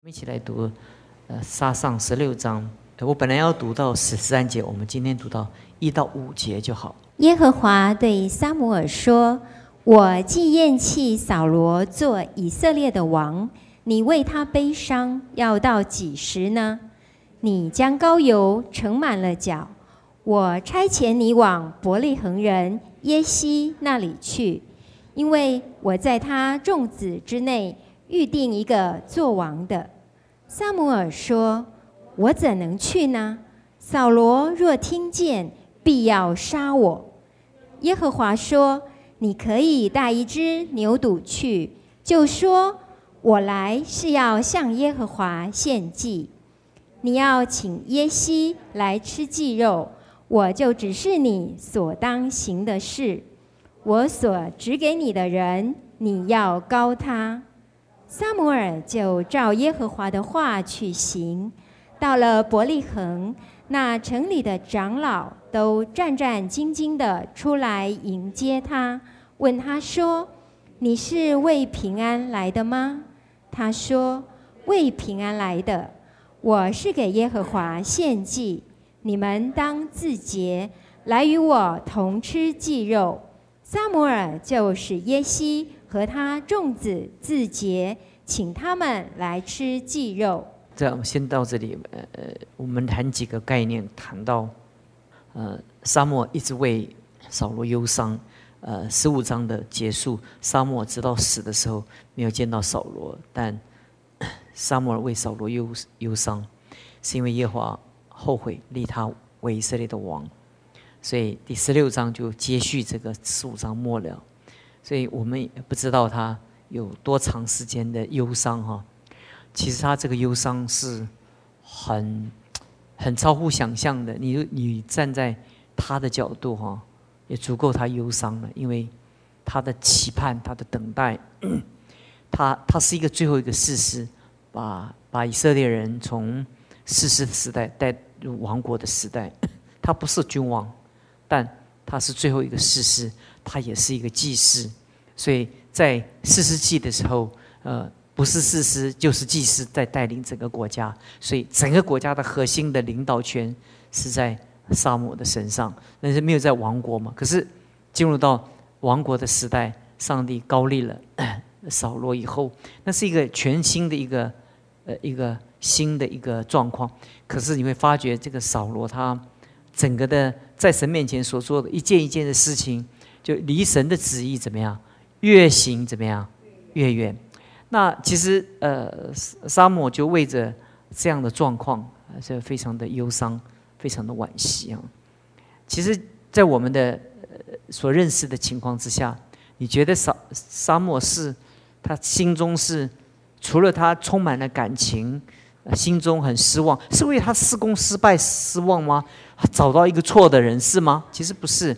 我们一起来读撒上16章。我本来要读到13节，我们今天读到1到5节就好。 耶和华对撒母耳说：“我既厌弃扫罗做以色列的王，你为他悲伤要到几时呢？你将膏油盛满了脚，我差遣你往伯利恒人耶西那里去，因为我在他众子之内预定一个做王的。”撒母耳说：“我怎能去呢？扫罗若听见，必要杀我。”耶和华说：“你可以带一只牛犊去，就说：我来是要向耶和华献祭。你要请耶西来吃祭肉，我就指示你所当行的事。我所指给你的人，你要膏他。”撒母耳就照耶和华的话去行。到了伯利恒，那城里的长老都战战兢兢地出来迎接他，问他说：“你是为平安来的吗？”他说：“为平安来的。我是给耶和华献祭，你们当自洁，来与我同吃祭肉。”撒母耳就使耶西和他众子自洁，请他们来吃祭肉。 这样，先到这里。我们谈几个概念，谈到撒母耳一直为扫罗忧伤。15章的结束，撒母耳直到死的时候没有见到扫罗，但撒母耳为扫罗忧伤，是因为耶和华后悔立他为以色列的王。所以第16章就接续这个15章末了。所以我们也不知道他有多长时间的忧伤哈。其实他这个忧伤是很超乎想象的。你站在他的角度哈，也足够他忧伤了，因为他的期盼，他的等待，他是一个最后一个士师，把以色列人从士师的时代带入王国的时代。他不是君王，但他是最后一个士师，他也是一个祭司。所以在士师记的时候，不是士师就是祭司在带领整个国家，所以整个国家的核心的领导权是在撒母耳的身上，但是没有在王国嘛。可是进入到王国的时代，上帝高立了扫罗以后，那是一个全新的一个新的一个状况。可是你会发觉，这个扫罗他整个的在神面前所做的一件一件的事情，就离神的旨意怎么样，越行怎么样越远。那其实撒母耳就为着这样的状况，是非常的忧伤，非常的惋惜啊。其实，在我们的所认识的情况之下，你觉得撒母耳是他心中是除了他充满了感情，心中很失望，是为他事工失败失望吗？找到一个错的人是吗？其实不是，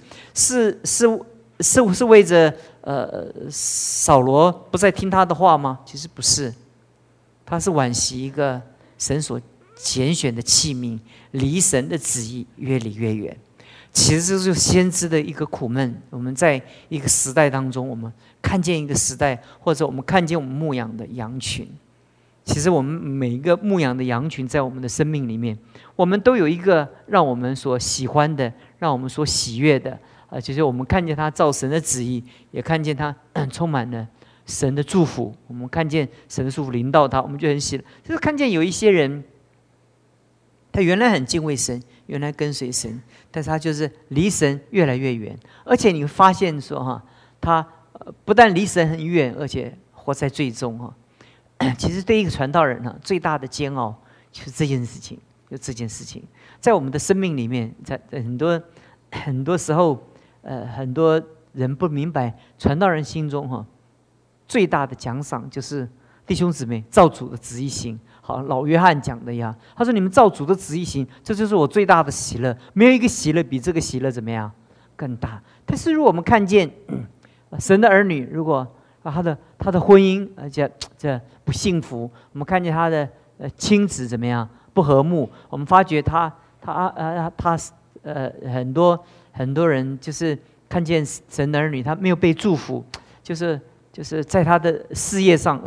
是为着扫罗不再听他的话吗？其实不是，他是惋惜一个神所拣选的器皿离神的旨意越离越远。其实这就是先知的一个苦闷。我们在一个时代当中，我们看见一个时代，或者我们看见我们牧养的羊群。其实我们每一个牧养的羊群，在我们的生命里面，我们都有一个让我们所喜欢的，让我们所喜悦的。就是我们看见他照神的旨意，也看见他充满了神的祝福。我们看见神的祝福临到他，我们就很喜乐。就是看见有一些人，他原来很敬畏神，原来跟随神，但是他就是离神越来越远。而且你会发现说哈，他不但离神很远，而且活在罪中哈。其实对一个传道人呢，最大的煎熬就是这件事情，就这件事情，在我们的生命里面，在很多时候。很多人不明白，传道人心中最大的奖赏就是弟兄姊妹照主的旨意行。好，老约翰讲的呀，他说：“你们照主的旨意行，这就是我最大的喜乐。没有一个喜乐比这个喜乐怎么样更大。”但是如果我们看见神的儿女，如果他的婚姻这不幸福，我们看见他的亲子怎么样不和睦，我们发觉他很多人就是看见神的儿女，他没有被祝福，就是在他的事业上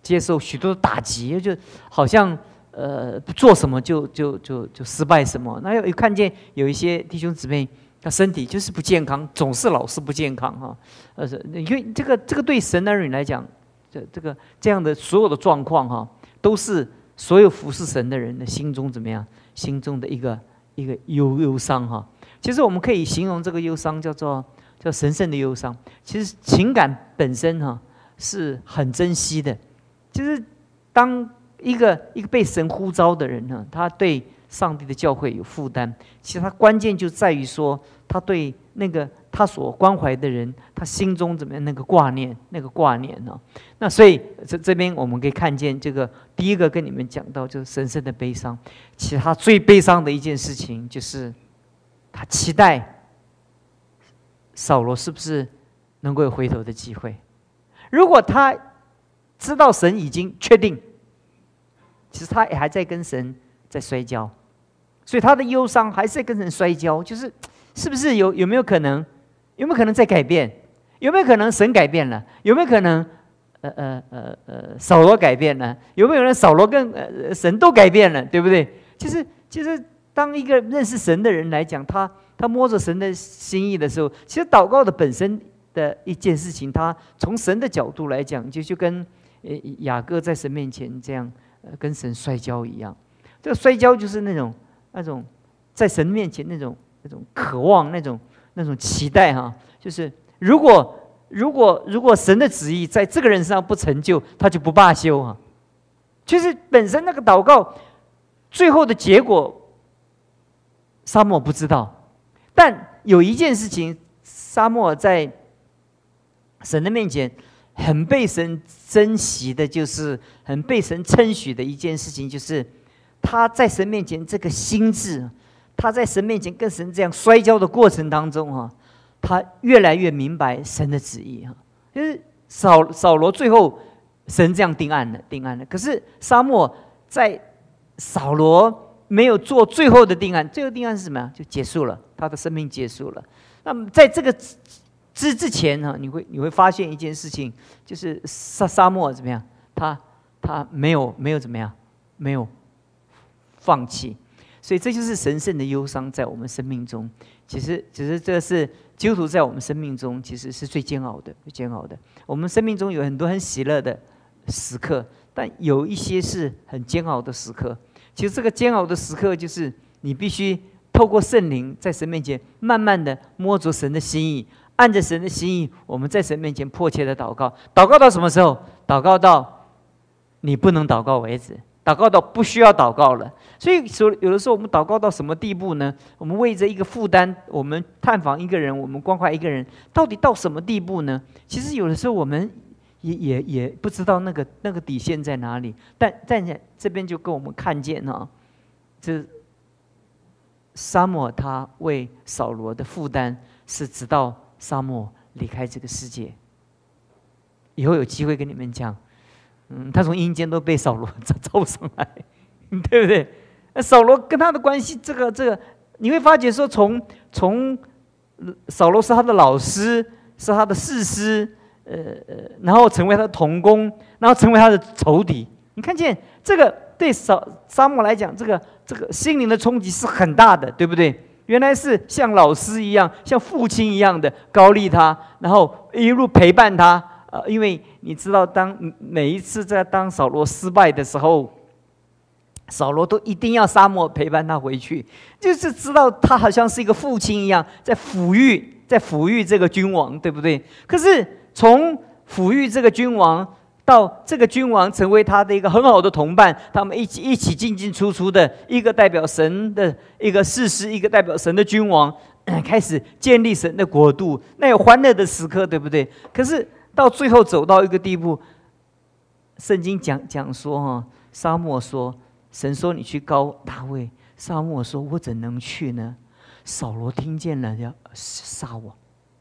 接受许多的打击，就好像做什么就失败什么。那有看见有一些弟兄姊妹，他身体就是不健康，总是老是不健康哈。因为这个对神儿女来讲，这样的所有的状况哈，都是所有服侍神的人的心中怎么样？心中的一个忧伤哈。其实我们可以形容这个忧伤叫神圣的忧伤。其实情感本身哈是很珍惜的。就是当一个被神呼召的人呢，他对上帝的教会有负担。其实他关键就在于说，他对那个他所关怀的人，他心中怎么样那个挂念呢？那所以这边我们可以看见，这个第一个跟你们讲到就是神圣的悲伤。其实他最悲伤的一件事情，就是他期待扫罗是不是能够有回头的机会。如果他知道神已经确定，其实他也还在跟神在摔跤，所以他的忧伤还是在跟神摔跤，就是是不是有没有可能在改变？有没有可能神改变了？有没有可能扫罗改变了？有没有人扫罗跟神都改变了？对不对？其实当一个认识神的人来讲，他摸着神的心意的时候，其实祷告的本身的一件事情，他从神的角度来讲，就跟雅各在神面前这样跟神摔跤一样。这个摔跤就是那种在神面前那种渴望，那种期待哈。就是如果神的旨意在这个人身上不成就，他就不罢休哈。其实本身那个祷告最后的结果，撒母耳不知道，但有一件事情，撒母耳在神的面前很被神珍惜的，就是很被神称许的一件事情，就是他在神面前这个心智，他在神面前跟神这样摔跤的过程当中哈，他越来越明白神的旨意哈。就是扫罗最后神这样定案了，可是撒母耳在扫罗没有做最后的定案，最后定案是什么呀？就结束了，他的生命结束了。那么在这个之前哈，你会发现一件事情，就是撒母耳怎么样？他没有怎么样？没有放弃。所以这就是神圣的忧伤在我们生命中。其实这是基督徒在我们生命中其实是最煎熬的。我们生命中有很多很喜乐的时刻，但有一些是很煎熬的时刻。其实这个煎熬的时刻，就是你必须透过圣灵在神面前慢慢的摸着神的心意，按着神的心意，我们在神面前迫切的祷告。祷告到什么时候？祷告到你不能祷告为止，祷告到不需要祷告了。所以有的时候我们祷告到什么地步呢？我们为着一个负担，我们探访一个人，我们关怀一个人，到底到什么地步呢？其实有的时候我们也不知道那个底线在哪里。但在这边就跟我们看见哈，这撒母耳他为扫罗的负担是直到撒母耳离开这个世界。以后有机会跟你们讲，他从阴间都被扫罗招上来，对不对？那扫罗跟他的关系，这个你会发觉说，从扫罗是他的老师，是他的士师，然后成为他的同工，然后成为他的仇敌。你看见这个对撒母耳来讲，这个心灵的冲击是很大的，对不对？原来是像老师一样，像父亲一样的高立他，然后一路陪伴他。因为你知道，每一次当扫罗失败的时候，扫罗都一定要撒母耳陪伴他回去，就是知道他好像是一个父亲一样，在抚育这个君王，对不对？可是从抚育这个君王到这个君王成为他的一个很好的同伴，他们一起进进出出的，一个代表神的一个士师，一个代表神的君王，开始建立神的国度，那有欢乐的时刻，对不对？可是到最后走到一个地步，圣经讲说哈，撒母耳说，神说你去膏大卫，撒母耳说我怎能去呢？扫罗听见了要杀我。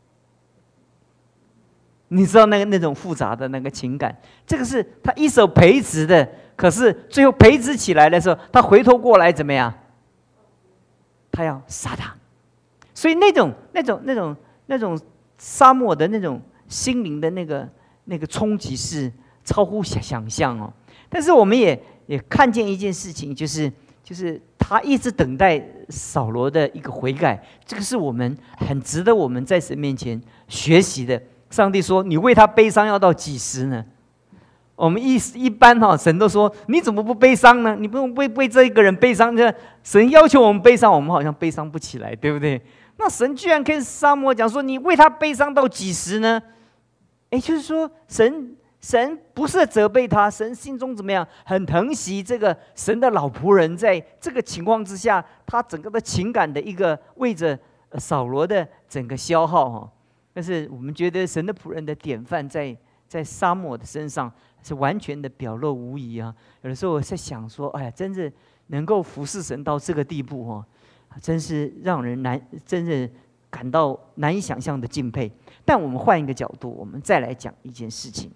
你知道那种复杂的那个情感，这个是他一手培植的，可是最后培植起来的时候，他回头过来怎么样？他要杀他。所以那种撒母耳的那种心灵的那个冲击是超乎想象哦。但是我们也看见一件事情，就是他一直等待扫罗的一个悔改，这个是我们很值得我们在神面前学习的。上帝说：“你为他悲伤要到几时呢？”我们一般哈，神都说：“你怎么不悲伤呢？你不用为这一个人悲伤。”神要求我们悲伤，我们好像悲伤不起来，对不对？那神居然跟撒母耳讲说：“你为他悲伤到几时呢？”就是说神不是责备他，神心中怎么样，很疼惜这个神的老仆人，在这个情况之下，他整个的情感的一个为着扫罗的整个消耗哈。但是我们觉得神的仆人的典范在撒母耳的身上是完全的表露无遗啊。有的时候我在想说，哎呀，真是能够服侍神到这个地步哈，真是让人真是感到难以想象的敬佩。但我们换一个角度，我们再来讲一件事情。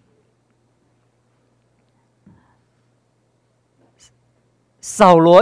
扫罗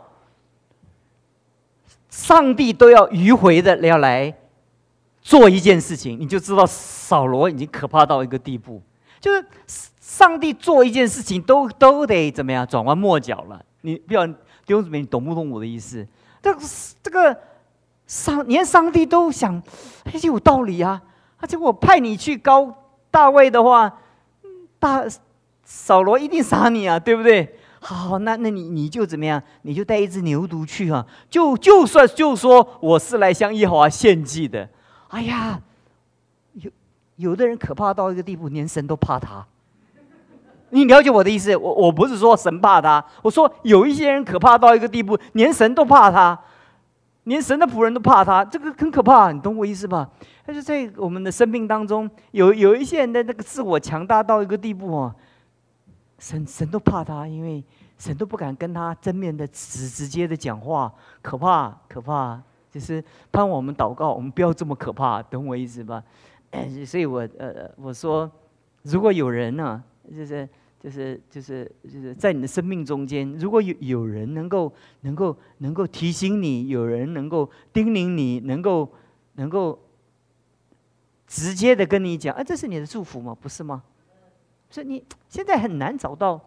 上帝都要迂回的要来做一件事情，你就知道扫罗已经可怕到一个地步，就是上帝做一件事情都得怎么样转弯抹角了。你不要弟兄姊妹，你懂不懂我的意思？这个连上帝都想，有道理啊！而且我派你去高大卫的话，扫罗一定杀你啊，对不对？好，那你就怎么样？你就带一只牛犊去啊！就说我是来向耶和华献祭的。哎呀，有的人可怕到一个地步，连神都怕他。你了解我的意思？我不是说神怕他，我说有一些人可怕到一个地步，连神都怕他，连神的仆人都怕他，这个很可怕，你懂我意思吧？但是在我们的生命当中，有一些人的那个自我强大到一个地步哦，神都怕他，因为神都不敢跟他正面的直接的讲话，可怕。就是帮我们祷告，我们不要这么可怕，懂我意思吧？所以我说，如果有人呢，就是在你的生命中间，如果有人能够提醒你，有人能够叮咛你，能够直接的跟你讲，这是你的祝福吗？不是吗？所以你现在很难找到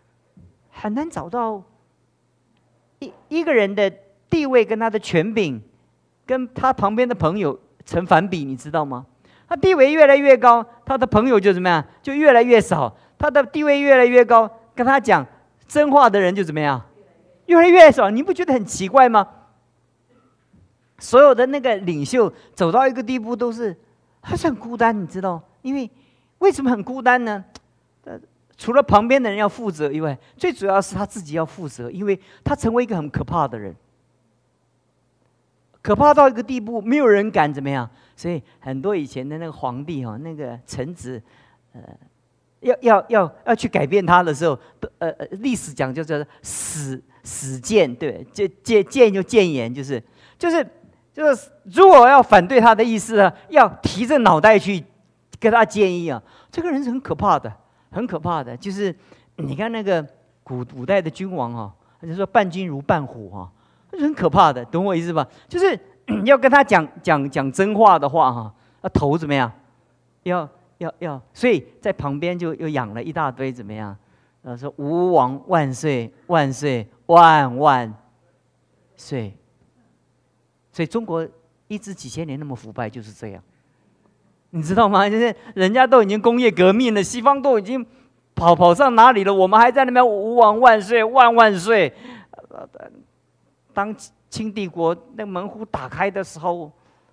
一个人的地位跟他的权柄，跟他旁边的朋友成反比，你知道吗？他地位越来越高，他的朋友就怎么样，就越来越少；他的地位越来越高，跟他讲真话的人就怎么样，越来越少。你不觉得很奇怪吗？所有的那个领袖走到一个地步，他是很孤单，你知道？因为为什么很孤单呢？除了旁边的人要负责以外，最主要是他自己要负责，因为他成为一个很可怕的人，可怕到一个地步，没有人敢怎么样。所以很多以前的那个皇帝哈，那个臣子，要去改变他的时候，历史讲就叫死谏，对，谏就谏言，就是如果要反对他的意思呢，要提着脑袋去跟他建议啊，这个人是很可怕的。很可怕的，就是你看那个古代的君王啊，他就说伴君如伴虎啊，很可怕的，懂我意思吧？就是要跟他讲真话的话哈，头怎么样？要，所以在旁边就又养了一大堆怎么样？说吴王万岁万岁万岁。所以中国一直几千年那么腐败，就是这样。你知道吗？就是人家都已经工业革命了，西方都已经跑上哪里了，我们还在那边吴王万岁万岁。当清帝国那门户打开的时候，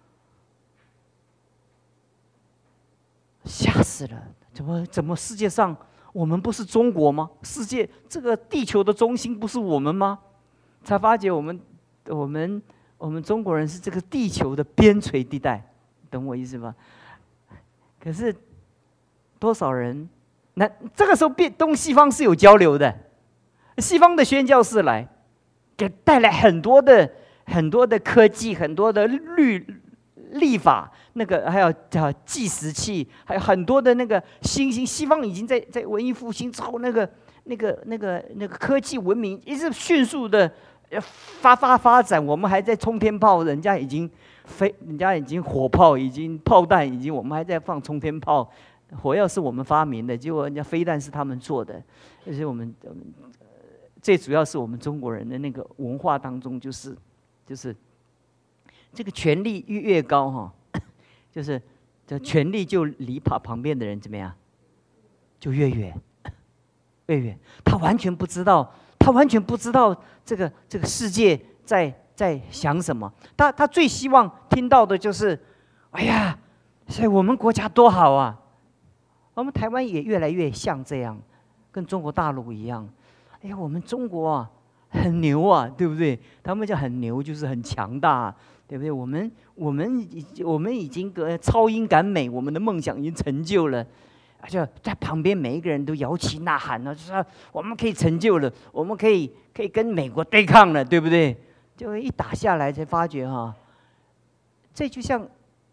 吓死了！怎么世界上我们不是中国吗？世界这个地球的中心不是我们吗？才发觉我们中国人是这个地球的边陲地带，懂我意思吧？可是多少人？那这个时候东西方是有交流的，西方的宣教士来，给带来很多的科技，很多的历法，那个还有计时器，还有很多的那个新兴。西方已经在文艺复兴之后，那个科技文明一直迅速的发展，我们还在冲天炮，人家已经火炮，已经炮弹，我们还在放冲天炮， 火药是我们发明的，结果人家飞弹是他们做的。就是我们最主要是我们中国人的那个文化当中，就是这个权力越高哈，就是这权力就离旁边的人怎么样，就越远。他完全不知道这个世界在想什么。他最希望听到的就是，哎呀，所以我们国家多好啊！我们台湾也越来越像这样，跟中国大陆一样。哎呀，我们中国啊，很牛啊，对不对？他们叫很牛，就是很强大啊，对不对？我们已经超英赶美，我们的梦想已经成就了。就在旁边每一个人都摇旗呐喊了，就说我们可以成就了，我们可以跟美国对抗了，对不对？就一打下来才发觉哈，这就像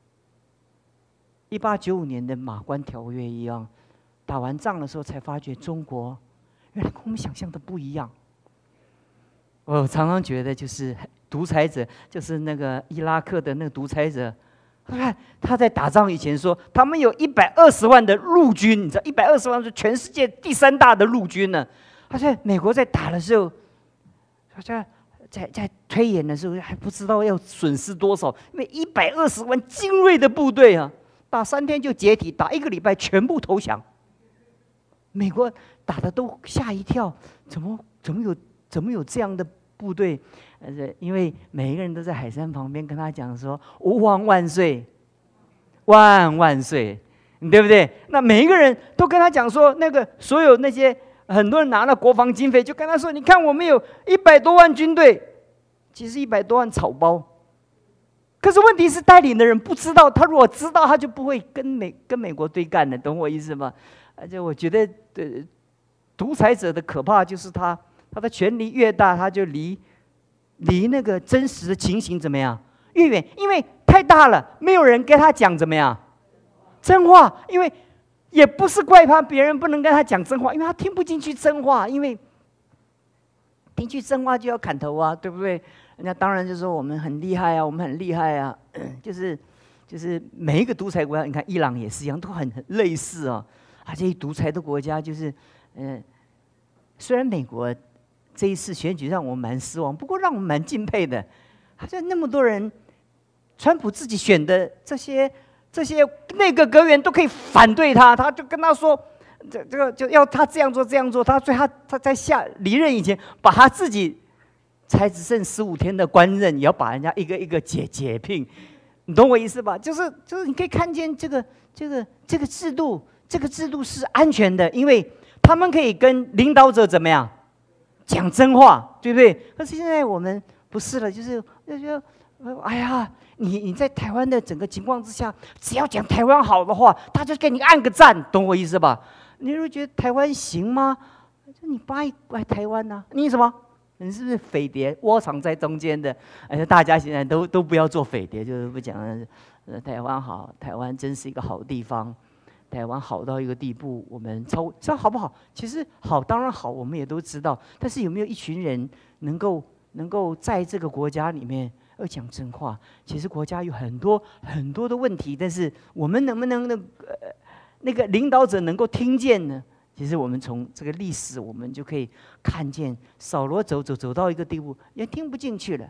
1895年的马关条约一样，打完仗的时候才发觉中国原来跟我们想象的不一样。我常常觉得就是独裁者，就是那个伊拉克的那个独裁者。他在打仗以前说，他们有120万的陆军，你知道120万是全世界第3大的陆军呢。他在美国在打的时候，好像在推演的时候还不知道要损失多少，因为120万精锐的部队啊，打3天就解体，打1个礼拜全部投降。美国打的都吓一跳，怎么有这样的部队？因为每一个人都在海山旁边跟他讲说“吾皇万岁，万万岁”，对不对？那每一个人都跟他讲说，那个所有那些很多人拿了国防经费，就跟他说：“你看，我们有100多万军队，其实100多万草包。”可是问题是，带领的人不知道，他如果知道，他就不会跟美国对干了，懂我意思吗？而且我觉得，独裁者的可怕就是他的权力越大，他就离那个真实的情形怎么样越远，因为太大了，没有人跟他讲怎么样真话。因为也不是怪他别人不能跟他讲真话，因为他听不进去真话，因为听去真话就要砍头啊，对不对？人家当然就说我们很厉害啊，我们很厉害啊，就是每一个独裁国家，你看伊朗也是一样，都很类似啊。这些独裁的国家就是，虽然美国这一次选举让我蛮失望，不过让我蛮敬佩的。好像那么多人，川普自己选的这些内阁阁员都可以反对他，他就跟他说，这个就要他这样做。他在离任以前，把他自己才只剩15天的官任，也要把人家一个一个解聘，你懂我意思吧？就是你可以看见这个制度，这个制度是安全的，因为他们可以跟领导者怎么样？讲真话，对不对？可是现在我们不是了，就是哎呀，你在台湾的整个情况之下，只要讲台湾好的话，他就给你按个赞，懂我意思吧？你如果觉得台湾行吗？你怪台湾呐、你什么？你是不是匪谍窝藏在中间的？大家现在都不要做匪谍，就是不讲台湾好，台湾真是一个好地方。台湾好到一个地步，我们这好不好？其实好当然好，我们也都知道。但是有没有一群人能够在这个国家里面要讲真话？其实国家有很多的问题，但是我们能不能那个领导者能够听见呢？其实我们从这个历史，我们就可以看见扫罗走到一个地步，也听不进去了，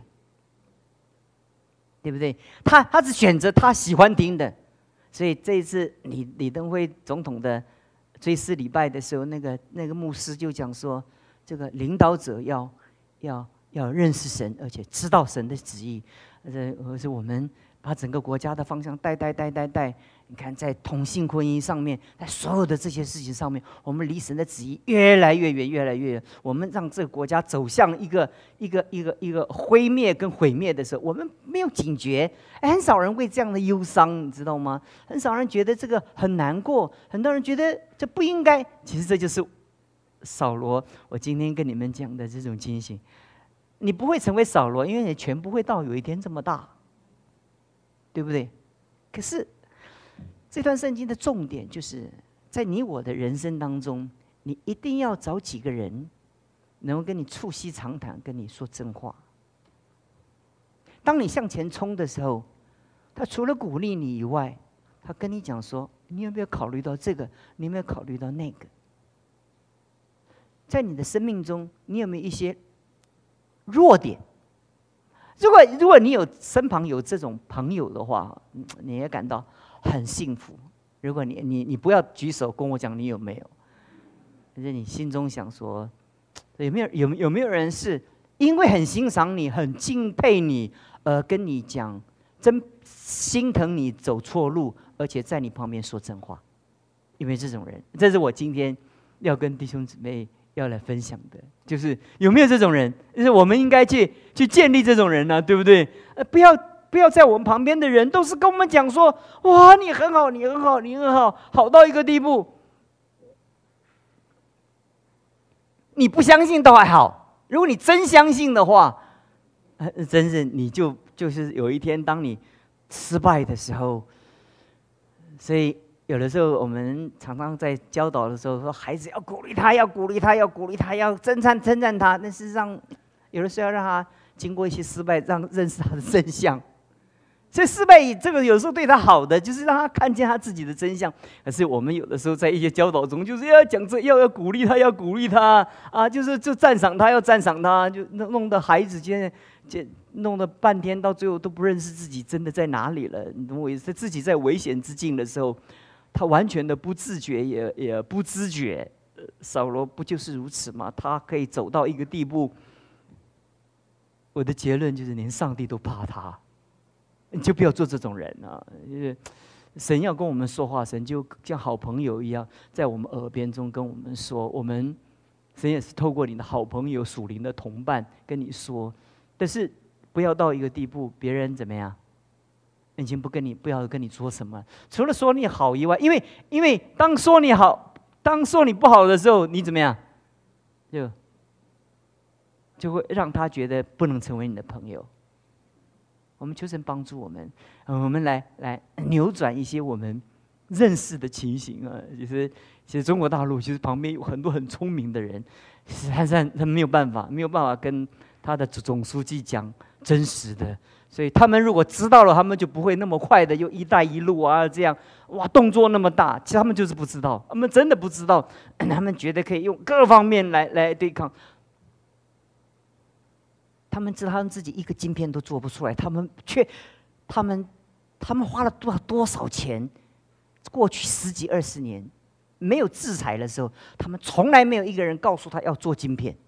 对不对？他只选择他喜欢听的。所以这一次李登辉总统的追思礼拜的时候，那个牧师就讲说，这个领导者要认识神，而且知道神的旨意。而且我们把整个国家的方向带。你看，在同性婚姻上面，在所有的这些事情上面，我们离神的旨意越来越远。我们让这个国家走向一个灰灭跟毁灭的时候，我们没有警觉。很少人为这样的忧伤，你知道吗？很少人觉得这个很难过，很多人觉得这不应该。其实这就是扫罗，我今天跟你们讲的这种情形。你不会成为扫罗，因为你权不会到有一天这么大，对不对？可是这段圣经的重点就是在你我的人生当中，你一定要找几个人能够跟你促膝长谈，跟你说真话。当你向前冲的时候，他除了鼓励你以外，他跟你讲说：“ 你有没有考虑到这个？你有没有考虑到那个？在你的生命中，你有没有一些弱点？如果你有身旁有这种朋友的话，你也感到很幸福。如果你不要举手跟我讲你有没有，可是你心中想说，有没有人是因为很欣赏你、很敬佩你，跟你讲真心疼你走错路，而且在你旁边说真话？有没有这种人？这是我今天要跟弟兄姊妹要来分享的，就是有没有这种人？就是我们应该去建立这种人呢、对不对？不要在我们旁边的人都是跟我们讲说，哇，你很好，你很好，你很好，好到一个地步，你不相信都还好，如果你真相信的话，真是你就是有一天当你失败的时候，所以。有的时候，我们常常在教导的时候说，孩子要鼓励他，要鼓励他，要鼓励他，要称赞他。但事实上，有的时候要让他经过一些失败，让认识他的真相。所以失败这个有时候对他好的，就是让他看见他自己的真相。可是我们有的时候在一些教导中，就是要讲要鼓励他，要鼓励他啊，就赞赏他，要赞赏他，就弄得孩子弄得半天，到最后都不认识自己真的在哪里了。你懂我意思？自己在危险之境的时候。他完全的不自觉，也不知觉。扫罗不就是如此吗？他可以走到一个地步。我的结论就是，连上帝都怕他，你就不要做这种人啊！神要跟我们说话，神就像好朋友一样，在我们耳边中跟我们说。神也是透过你的好朋友、属灵的同伴跟你说，但是不要到一个地步，别人怎么样？已经不要跟你说什么，除了说你好以外，因为当说你好，当说你不好的时候，你怎么样？就会让他觉得不能成为你的朋友。我们求神帮助我们，我们来扭转一些我们认识的情形啊。其实中国大陆其实旁边有很多很聪明的人，但是他没有办法跟他的总书记讲真实的。所以他们如果知道了，他们就不会那么快的又一带一路啊这样，哇，动作那么大。其实他们就是不知道，他们真的不知道，他们觉得可以用各方面来对抗。他们知道他们自己一个晶片都做不出来，他们花了多少钱？过去10几20年没有制裁的时候，他们从来没有一个人告诉他要做晶片。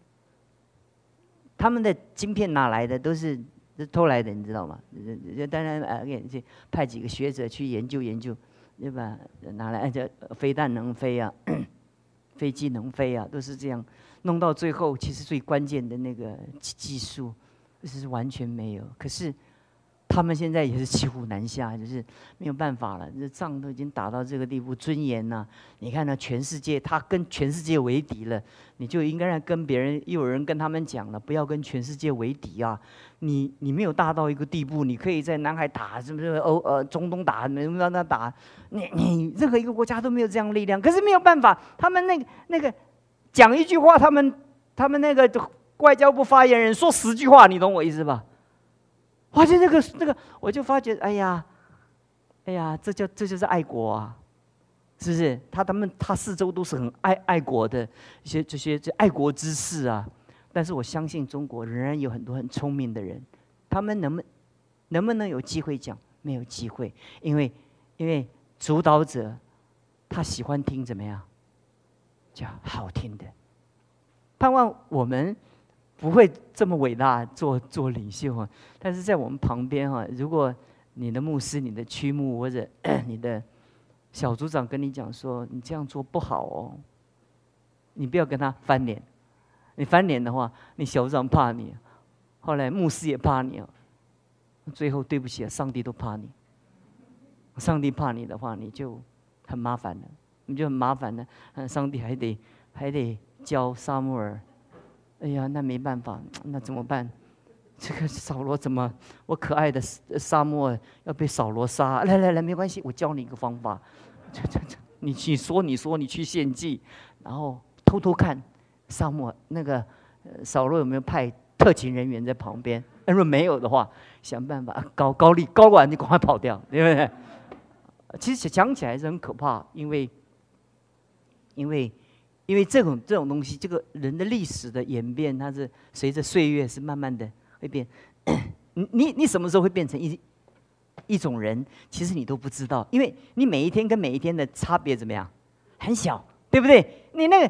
他们的晶片哪来的？都是偷来的，你知道吗？当然派几个学者去研究，对吧？拿来飞弹能飞啊，飞机能飞啊，都是这样。弄到最后，其实最关键的那个技术，是完全没有。可是他们现在也是骑虎难下，就是没有办法了。这仗都已经打到这个地步，尊严呐、你看呢，全世界他跟全世界为敌了，你就应该跟别人，又有人跟他们讲了，不要跟全世界为敌啊！你没有大到一个地步，你可以在南海打，是不是？中东打，没让他打，你任何一个国家都没有这样的力量。可是没有办法，他们那个讲一句话，他们那个外交部发言人说10句话，你懂我意思吧？哇，就那个，我就发觉，哎呀，这就是爱国啊，是不是？他四周都是很爱国的这些爱国之士啊。但是我相信中国仍然有很多很聪明的人，他们能不能有机会讲？没有机会，因为主导者他喜欢听怎么样？叫好听的。盼望我们不会这么伟大做领袖啊，但是在我们旁边啊，如果你的牧师、你的区牧或者你的小组长跟你讲说你这样做不好哦，你不要跟他翻脸。你翻脸的话，你小组长怕你，后来牧师也怕你，最后对不起啊，上帝都怕你。上帝怕你的话，你就很麻烦了，你就很麻烦了。上帝还得教撒母耳。哎呀，那没办法，那怎么办？这个扫罗怎么？我可爱的撒母耳要被扫罗杀？来，没关系，我教你一个方法。你说你去献祭，然后偷偷看撒母耳那个扫罗有没有派特勤人员在旁边？如果没有的话，想办法高管你赶快跑掉，对不对？ 其实讲起来是很可怕，因为这种东西，这个人的历史的演变，它是随着岁月是慢慢的会变。你什么时候会变成一种人？其实你都不知道，因为你每一天跟每一天的差别怎么样，很小，对不对？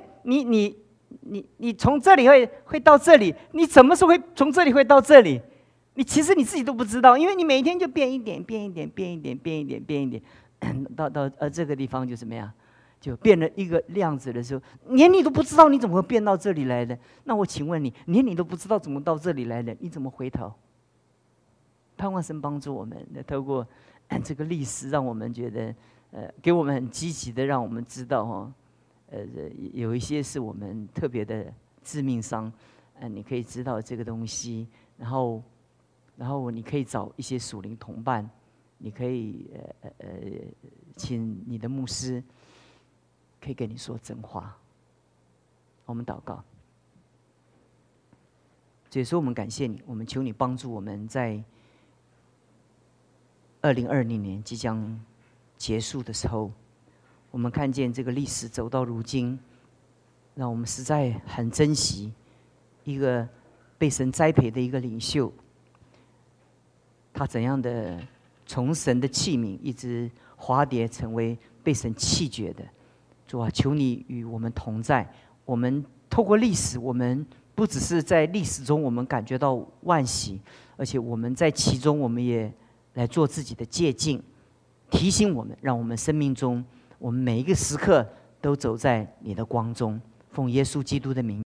你从这里会到这里，你什么时候会从这里会到这里？其实你自己都不知道，因为你每一天就变一点，变一点，变一点，变一点，变一点，到这个地方就怎么样？就变了一个量子的时候，连你都不知道你怎么会变到这里来的。那我请问你，连你都不知道怎么到这里来的，你怎么回头？盼望神帮助我们，透过这个历史，让我们觉得，给我们很积极的，让我们知道有一些是我们特别的致命伤，你可以知道这个东西，然后你可以找一些属灵同伴，你可以请你的牧师。可以跟你说真话。我们祷告，主耶稣，我们感谢你，我们求你帮助我们在2020年即将结束的时候，我们看见这个历史走到如今，让我们实在很珍惜一个被神栽培的一个领袖，他怎样的从神的器皿一直滑跌成为被神弃绝的。主啊，求你与我们同在。我们透过历史，我们不只是在历史中我们感觉到惋惜，而且我们在其中，我们也来做自己的借鉴，提醒我们，让我们生命中，我们每一个时刻都走在你的光中。奉耶稣基督的名。